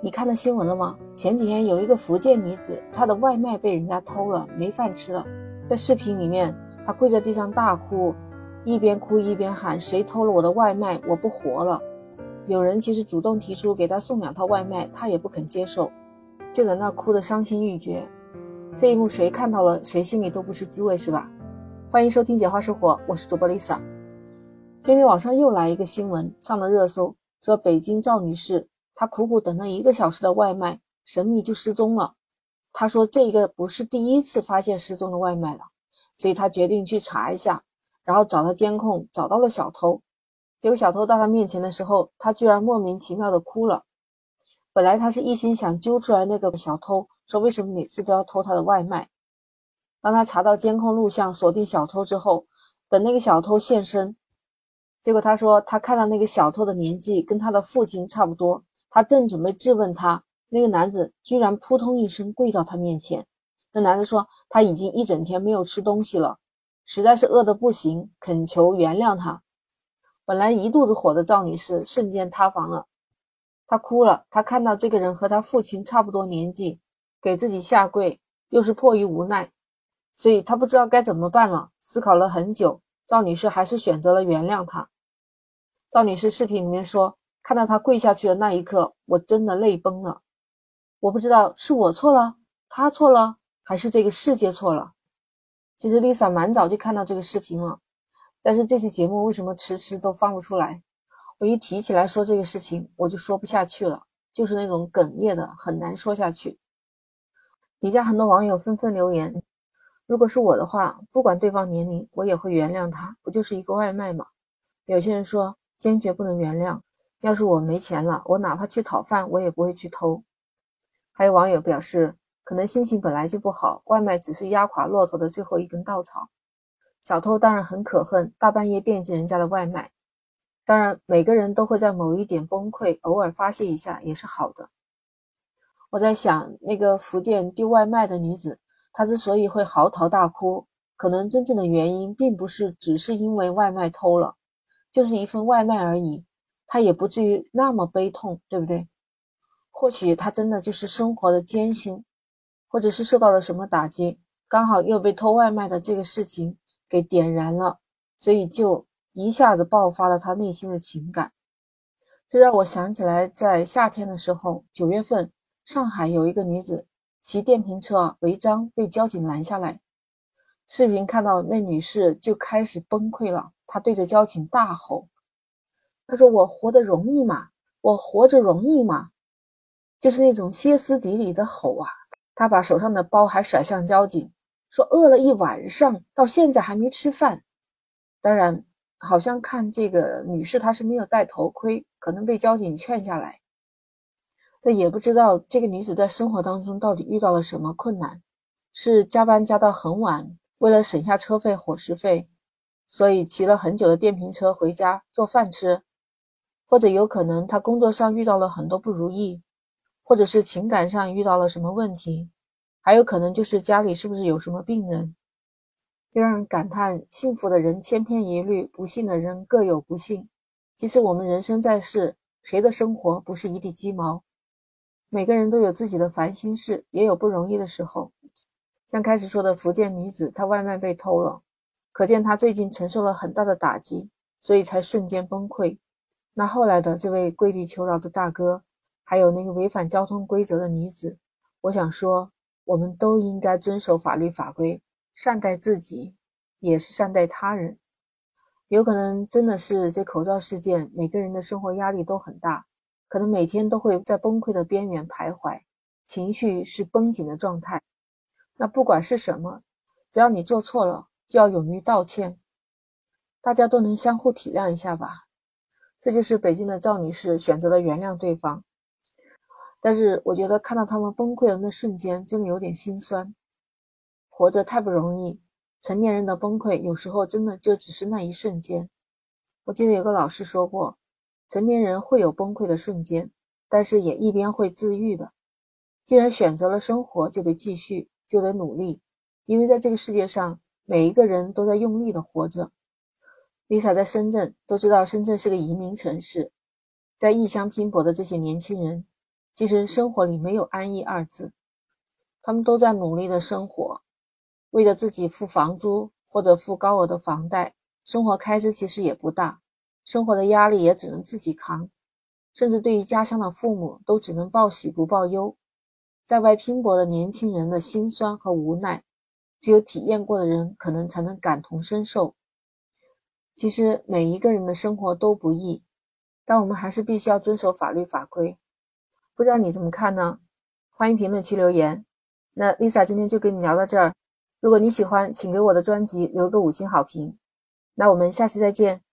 你看到新闻了吗？前几天有一个福建女子，她的外卖被人家偷了，没饭吃了。在视频里面，她跪在地上大哭，一边哭一边喊：谁偷了我的外卖，我不活了。有人其实主动提出给她送2套外卖，她也不肯接受，就在那哭得伤心欲绝。这一幕谁看到了，谁心里都不是滋味，是吧？欢迎收听简化生活，我是主播 Lisa。偏偏网上又来一个新闻，上了热搜，说北京赵女士她苦苦等了1个小时的外卖，神秘就失踪了。她说这个不是第一次发现失踪的外卖了，所以她决定去查一下，然后找到监控，找到了小偷。结果小偷到她面前的时候，她居然莫名其妙的哭了。本来她是一心想揪出来那个小偷，说为什么每次都要偷她的外卖。当她查到监控录像，锁定小偷之后，等那个小偷现身，结果她说她看到那个小偷的年纪跟她的父亲差不多，她正准备质问他，那个男子居然扑通一声跪到她面前。那男的说他已经一整天没有吃东西了，实在是饿得不行，恳求原谅他。本来一肚子火的赵女士瞬间塌房了，她哭了，她看到这个人和她父亲差不多年纪，给自己下跪，又是迫于无奈，所以她不知道该怎么办了，思考了很久，赵女士还是选择了原谅他。赵女士视频里面说，看到他跪下去的那一刻，我真的泪崩了。我不知道是我错了，他错了，还是这个世界错了。其实 Lisa 蛮早就看到这个视频了，但是这期节目为什么迟迟都放不出来？我一提起来说这个事情，我就说不下去了，就是那种哽咽的，很难说下去。底下很多网友纷纷留言，如果是我的话，不管对方年龄，我也会原谅他，不就是一个外卖吗？有些人说坚决不能原谅，要是我没钱了，我哪怕去讨饭，我也不会去偷。还有网友表示，可能心情本来就不好，外卖只是压垮骆驼的最后一根稻草。小偷当然很可恨，大半夜惦记人家的外卖。当然每个人都会在某一点崩溃，偶尔发泄一下也是好的。我在想，那个福建丢外卖的女子，她之所以会嚎啕大哭，可能真正的原因并不是只是因为外卖偷了，就是一份外卖而已，她也不至于那么悲痛，对不对？或许她真的就是生活的艰辛，或者是受到了什么打击，刚好又被偷外卖的这个事情给点燃了，所以就一下子爆发了她内心的情感。这让我想起来，在夏天的时候，9月份，上海有一个女子骑电瓶车违章被交警拦下来。视频看到那女士就开始崩溃了，她对着交警大吼，她说我活得容易吗？我活着容易吗？就是那种歇斯底里的吼啊。她把手上的包还甩向交警，说饿了一晚上，到现在还没吃饭。当然好像看这个女士她是没有戴头盔，可能被交警劝下来。但也不知道这个女子在生活当中到底遇到了什么困难，是加班加到很晚，为了省下车费伙食费，所以骑了很久的电瓶车回家做饭吃，或者有可能她工作上遇到了很多不如意，或者是情感上遇到了什么问题，还有可能就是家里是不是有什么病人。就让人感叹，幸福的人千篇一律，不幸的人各有不幸。其实我们人生在世，谁的生活不是一地鸡毛？每个人都有自己的烦心事，也有不容易的时候。像开始说的福建女子，她外卖被偷了，可见她最近承受了很大的打击，所以才瞬间崩溃。那后来的这位跪地求饶的大哥，还有那个违反交通规则的女子，我想说，我们都应该遵守法律法规，善待自己，也是善待他人。有可能真的是这口罩事件，每个人的生活压力都很大，可能每天都会在崩溃的边缘徘徊，情绪是绷紧的状态。那不管是什么，只要你做错了，就要勇于道歉，大家都能相互体谅一下吧。这就是北京的赵女士选择了原谅对方。但是我觉得看到他们崩溃的那瞬间，真的有点心酸。活着太不容易，成年人的崩溃有时候真的就只是那一瞬间。我记得有个老师说过，成年人会有崩溃的瞬间，但是也一边会自愈的。既然选择了生活，就得继续，就得努力，因为在这个世界上，每一个人都在用力的活着。Lisa 在深圳，都知道深圳是个移民城市，在异乡拼搏的这些年轻人， 其实生活里没有安逸二字，他们都在努力的生活，为了自己付房租或者付高额的房贷，生活开支其实也不大，生活的压力也只能自己扛，甚至对于家乡的父母都只能报喜不报忧。在外拼搏的年轻人的辛酸和无奈，只有体验过的人可能才能感同身受。其实每一个人的生活都不易，但我们还是必须要遵守法律法规。不知道你怎么看呢？欢迎评论区留言。那 Lisa 今天就跟你聊到这儿，如果你喜欢，请给我的专辑留个5星好评。那我们下期再见。